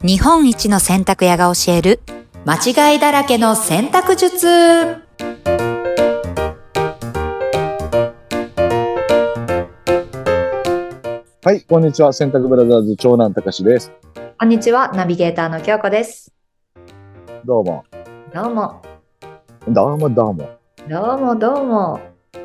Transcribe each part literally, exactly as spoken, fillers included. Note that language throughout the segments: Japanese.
日本一の洗濯屋が教える間違いだらけの洗濯術。 はい、こんにちは。洗濯ブラザーズ長男たかしです。 こんにちは、ナビゲーターの京子です。 どうも。 どうも。 どうもどうも。 どうもどうも。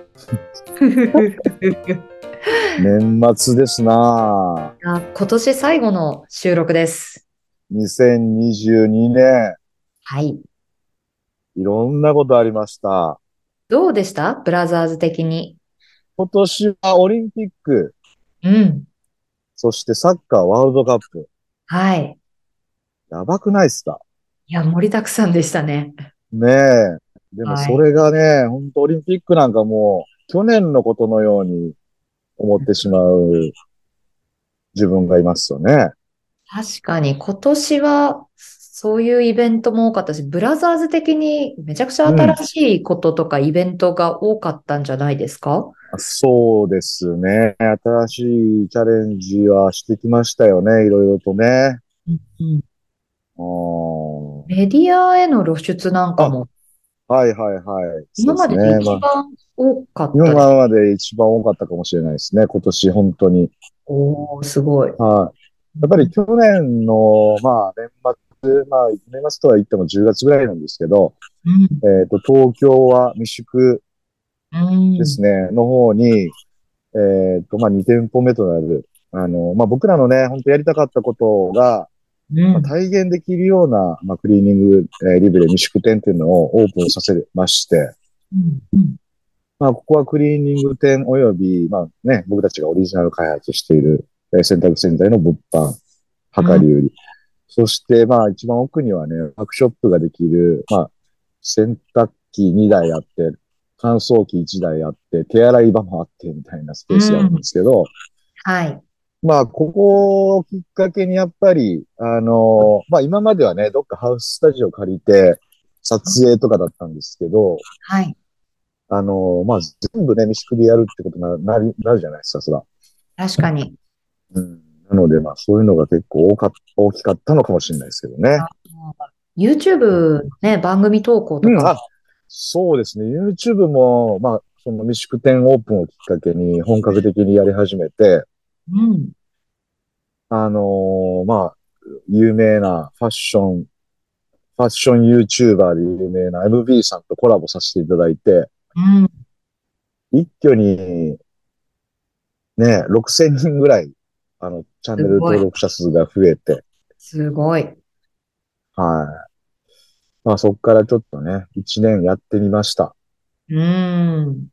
年末ですなぁ。 あ、今年最後の収録です。 にせんにじゅうにねはい。 ん、いろんなことありました。 どうでしたブラザーズ的に？ 今年はオリンピック、 うん。 そしてサッカーワールドカップ。 はい。 やばくないっすか？ いや、盛りだくさんでしたね。 ねえ。でもはい。 それがね、本当オリンピックなんかもう去年のことのように思ってしまう自分がいますよね。 確かに今年はそういうイベントも多かったし、ブラザーズ的にめちゃくちゃうん。 新しいこととかイベントが多かったんじゃないですか？ そうですね。新しいチャレンジはしてきましたよね。いろいろとね。 うんうん。 あーメディアへの露出なんかあ、 もはいはいはい。そう今まででですね。まあ、 一番多かったです。 今まで一番多かったかもしれないですね。今年本当に。 おー、すごい。 はい。やっぱり去年の、まあ、年末、まあ、年末とは言ってもじゅうがつぐらいなんですけど、 うん。 えっと、東京は未宿うん。 ですね、の方に、えっと、まあ、に店舗目となる、あの、まあ、僕らのね、本当やりたかったことが、まあ、 うん。 体現できるような、まあ、クリーニング、えーリブレ未宿店っていうのをオープンさせまして、 うん。うん。 まあ、ここはクリーニング店および、まあね、僕たちがオリジナル開発している、えー洗濯洗剤の物販、 うん。 量り売り。そして、まあ、一番奥にはね、ワークショップができる、まあ、洗濯機にだいあって、乾燥機いちだいあって、手洗い場もあって、みたいなスペースがあるんうん。 ですけど、 はい。 まあ、ここをきっかけにやっぱり、あの、まあ今まではね、どっかハウススタジオ借りて、撮影とかだったんですけど、 はい。 あの、まあ全部ね、ミシクでやるってことにな、なり、なるじゃないですか、そら。 確かに。 うん。なので、まあそういうのが結構多かっ大きかったのかもしれないですけどね。 あ YouTube ね、番組投稿とうん、 か。 あ、そうですね。YouTube も、まあ、そのミシク店オープンをきっかけに本格的にやり始めて、 うん。 あのまあ、有名なファッション、ファッション YouTuber で有名な エムビー さんとコラボさせていただいて、 うん。 一挙にね、ろくせんにんぐらい、あの、チャンネルすごい。 登録者数が増えて、 すごい。 はい。まあそこからちょっとね、いちねんやってみました。 うん。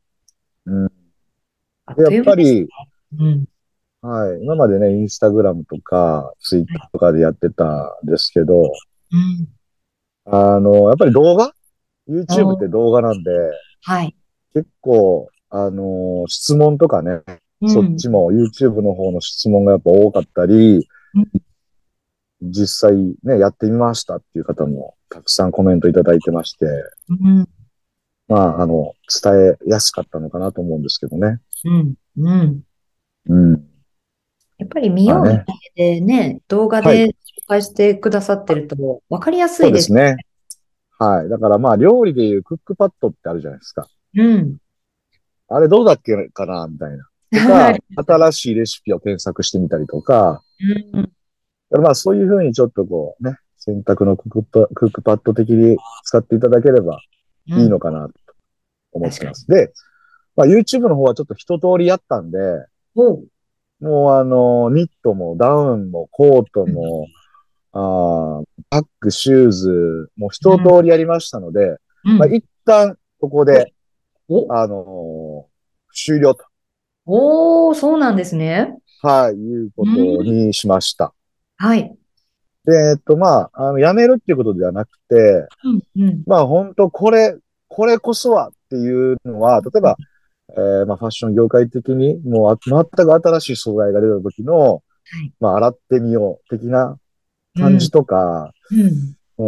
うん。で、やっあっという間ですぱり、 ね。うん。 はい。今までね、インスタグラムとか、ツイッターとかでやってたんですけど、 うん。 あの、やっぱり動画 ?YouTube っおー、 て動画なんで、 はい。 結構、あの、質問とかね、 うん。 そっちも YouTube の方の質問がやっぱ多かったり、 うん。 実際ね、やってみましたっていう方もたくさんコメントいただいてまして、 うん。 まあ、あの、伝えやすかったのかなと思うんですけどね。 うん。うん。 うん。 やっぱり見よう見まあね。 まねでね、動画はい。 で紹介してくださってると分かりやすそういです。 ですね。はい。だからまあ、料理でいうクックパッドってあるじゃないですか。 うん。 あれどうだっけかなみたいな。とか、新しいレシピを検索してみたりとか、 うん。 まあそういうふうにちょっとこうね、洗濯のクックパ、クックパッド的に使っていただければうん。 いいのかなと思っ確かに。 てます。で、まあ YouTube の方はちょっと一通りやったんで、 おう。 もうあの、ニットもダウンもコートうん。 も、あーバッグ、シューズ、もう一通うん。 りやりましたので、まあうん。 一旦ここで、 お、 あのー終了と、 おー、そうなんですね。 はい、いうこうん。 とにしました。 はい。 で、えっと、まあ、あの、やめるっていうことではなくて、 うん。うん。 まあ、本当これ、これこそはっていうのは、例えば、えーまあ、ファッション業界的に、もう、全く新しい素材が出た時の、 はい。 まあ、洗ってみよう的なうん。 感じとか、 うん。 うん、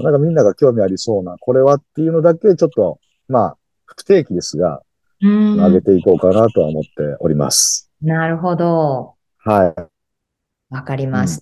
なんかみんなが興味ありそうな、これはっていうのだけ、ちょっと、まあ、不定期ですが、 う上げん。 ていこうかなとは思っております。 なるほど。 はい。 わかりうん。 ました。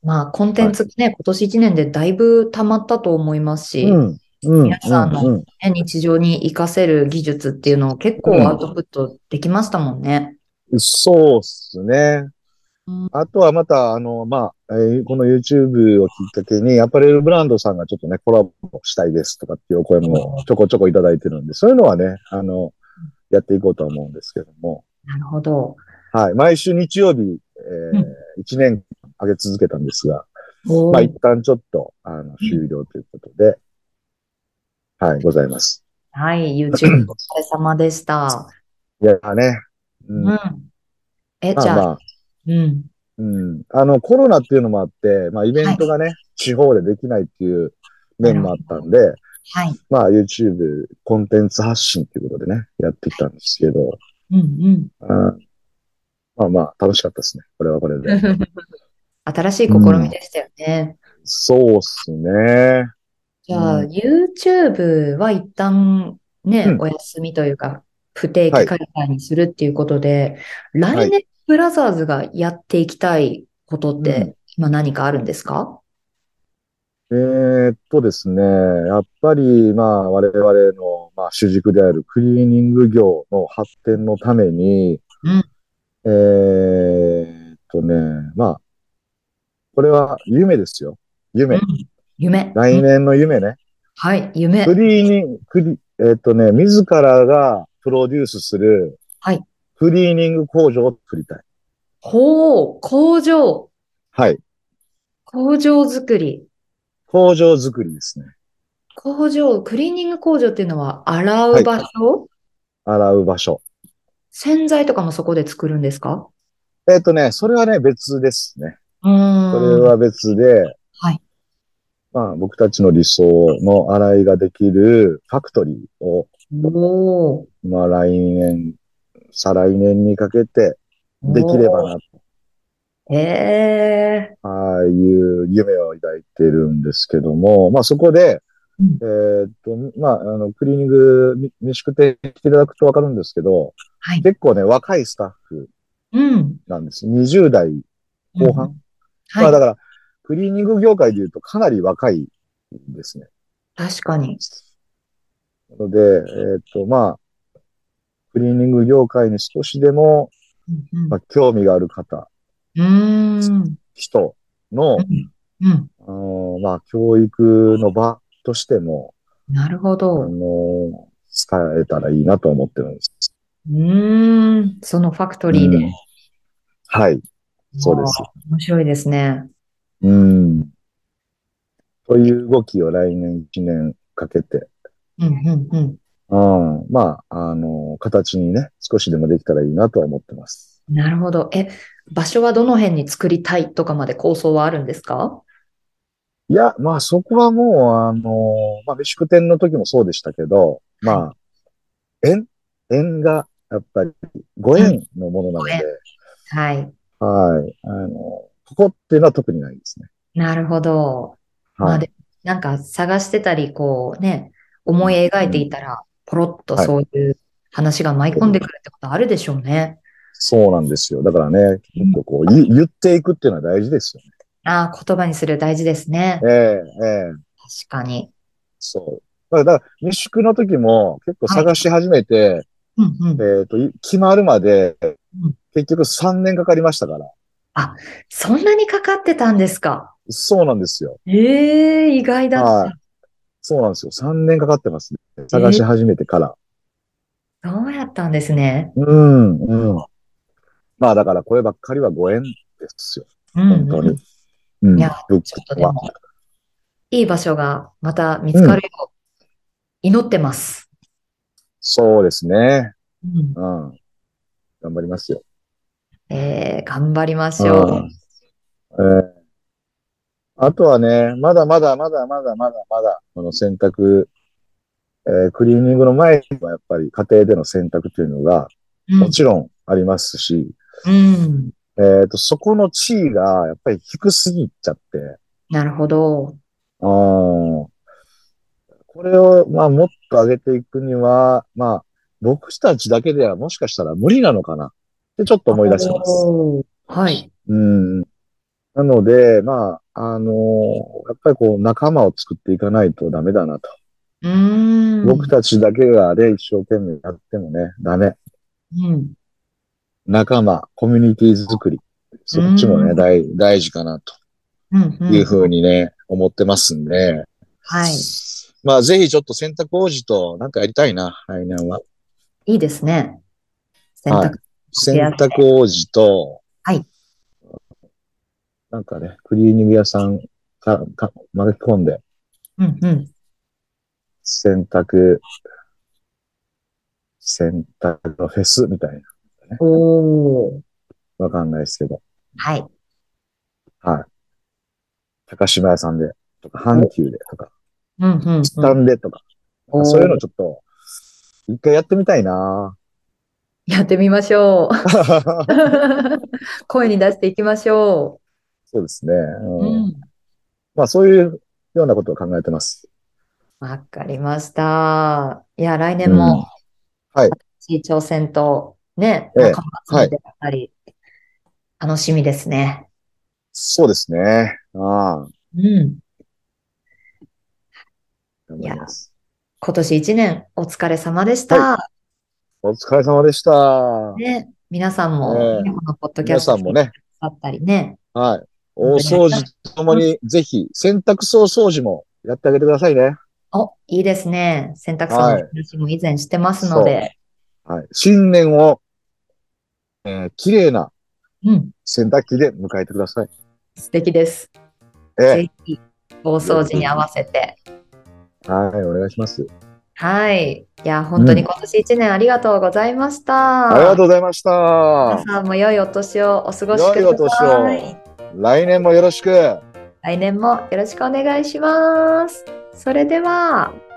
まあ、コンテはい。 ンツね、今年いちねんでだいぶ溜まったと思いますし、 うん、うん、 皆うん、 さんの、 うん、 ね、日常に活かせる技術っていうのを結うん。 構アウトプットできましたもんね。 そうっすね。 うん。 あとはまた、あの、まあ、えーこの YouTube をきっかけに、アパレルブランドさんがちょっとね、コラボしたいですとかっていうお声もちょこちょこいただいてるんで、そういうのはね、あの、やっていこうとは思うんですけども、 なるほど。 はい。毎週日曜日、えうん。 ー、いちねん上げ続けたんですが、まあ、 おー。 一旦ちょっと、あの、 うん。 終了ということで、はい、ございます。 はい、YouTube お疲れ様でした。 いやね、うん、 うん。え、じゃあ、 まあまあ、 うん。 うん、あの、コロナっていうのもあって、まあ、イベはい。 ントがね、地方でできないっていうなるほ面もあったど。 んで、 はい。 まあ、YouTube コンテンツ発信ということでね、やってきたんですけど、 うんうん。 あまあまあ、楽しかったですね。これはこれで。 新しい試うん。 みでしたよね。 そうっすね。 じゃあ、 うん。 YouTube は一旦ね、 うん。 お休みというか、不定はい。 期開催にするっていうことで、 はい。 来年ブラザーズがやっていきたいことっうん。 て、今何かあるんですか？ えーっとですね。やっぱり、まあ、我々の、まあ、主軸であるクリーニング業の発展のために、 うん、 えーっとね、まあ、これは夢ですよ。 うん、 夢。 夢。うん、 来年の夢ね。 はい、 ク夢。 リーニング、クリ、えーっとね、自らがプロデュースするはい。 クリーニング工場を作りたい。 ほう、工場。 はい。 工場作り。 工場作りですね。 工場、クリーニング工場っていうのは、洗はい。 う場所？ 洗う場所。 洗剤とかもそこで作るんですか？ えっとね、それはね、別ですね。 うそれーん。 は別で、 はい。 まあ、僕たちの理想の洗いができるファクトリーを、 おー。 まあ、来年、再来年にかけてできればおな、 ー。ええああいう夢を抱いてるんですけども、まあ、そこで、 ー。うん。 えーっと、まあ、あの、クリーニング、み民宿店来ていただくとわかるんですけど、 はい。 結構ね、若いスタッフうん。 なんです。にじゅう代うん。 後半。 はい。 まあだから、クリーニング業界で言うとかなり若いですね。 確かに。 なので、えっと、まあ、クリーニング業界に少しでも、 うん。 まあ、興味がある方、 うん。うーん。 人の、 うん。うん。 あのまあ、教育の場としても、 なるほあど。 の使えたらいいなと思ってるんです。 うーん。そのファクトリーで。 うん。はい。そうでわあ、 す。 面白いですね。 うん。という動きを来年いちねんかけて、 うん。うん。うん。 うん、まあ、あの形にね、少しでもできたらいいなとは思ってます。 なるほど。え、場所はどの辺に作りたいとかまで構想はあるんですか？ いや、まあそこはもう、あの、まあ、飯食店の時もそうでしたけど、 はい。 まあ、縁、縁が、やっぱり、ごうん。 縁のものなので、 ご縁。はい。 はい。あの、ここっていうのは特にないですね。 なるほど。まあで、 はい。 なんか探してたり、こうね、 うん、 思い描いてうん。 いたら、ポロッとはい。 そういう話が舞い込んでくるってことあるでしょうね。 そうなんですよ。だからね、 うん。 結構こう、言言っていくっていうのは大事ですよああ、言葉にする大事ですね。 ね。ええ、ええ、 確かに。 そう。だから、だから未宿の時も結構はい。 探し始めて、 うんうん。 えっと、い決まるまでうん。 結局さんねんかかりましたから。 あ、そんなにかかってたんですか？ そうなんですよ。 ええ、意外だった。 はい。そうなんですよ。さんねんかかってますね。探ええ、 し始めてから。 そうやったんですね。 うん、うん。まあだからこればっかりはご縁ですよ。 うんうん。 本当に。ういや、 ん。ブッちょクは。 っとでも、いい場所がまた見うん。 つかるよう祈ってます。 そうですね。 うん。 うん。頑張りますよ。 えー、頑張りまうしょん。えーあとはね、まだまだまだまだまだまだ、この選択、えークリーニングの前にはやっぱり家庭での選択というのが、 う。うん。 もちろんありますし、 うん。 えっと、そこの地位がやっぱり低すぎちゃって、 なるほど。 あーこれを、まあ、もっと上げていくには、まあ、僕たちだけではもしかしたら無理なのかなってちょっと思い出してます。 おー。はい。 うん。 なので、まあ、あのやっぱりこう仲間を作っていかないとダメだなと。 うーん。 僕たちだけがで一生懸命やってもね、ダメ。 うん。 仲間、コミュニティ作り。 うそっちもね、 ーん。 大、大事かなとうん。うん。 いうふうにね、思ってますんで。 はい。 まあ、ぜひちょっと洗濯王子となんかやりたいな、来年は。 いいですね。選はい。 択し洗やすい。 濯王子と、 はい。 なんかね、クリーニング屋さんか、か、巻き込んで、 うん。うん。 洗濯、洗濯のフェスみたいな、ね。 おー。 わかんないですけど。 はい。 はい。高島屋さんで、とか、阪お、 急で、とか、 うん。うん。 スタうん。 ンでとか、なんかそういうのおー。 ちょっと、一回やってみたいな。 やってみましょう。声に出していきましょそうですね。 う。ううん。 ん。 まあそういうようなことを考えてます。 わかりました。いや、来年うん。 もはい。 新しい挑戦とね、 ええ。 仲間集はい。 めてやっぱり楽しみですね。 そうですね。ああ、 うん。 頑いや、 張ります。 今年一年お疲れ様でしはい。 た。 お疲れ様でした。 ね、皆さんえも、ね、 え。 このポッドキャ皆スト聞いてくさんもね、 ださったりね、 はい。 本大当にありがとう掃除とともございます。 に、ぜひ、洗濯槽掃除もやってあげてくださいね。 お、いいですね。洗濯槽のはい。 話も以前してますのそで、 う。はい。新年を、えー、綺麗なうん、 洗濯機で迎えてください。 素敵です。 ええ。 ぜひ、大ぜ掃除に合わひぜひ。 せて。 はい。お願いします。 はい。いや、本当にうん。 今年一年ありがとうございましありがとた。 うございました。 皆さんも良いお年をお過ごしくだ良いお年を。 さい。 来年もよろしく。 来年もよろしくお願いします。それでは。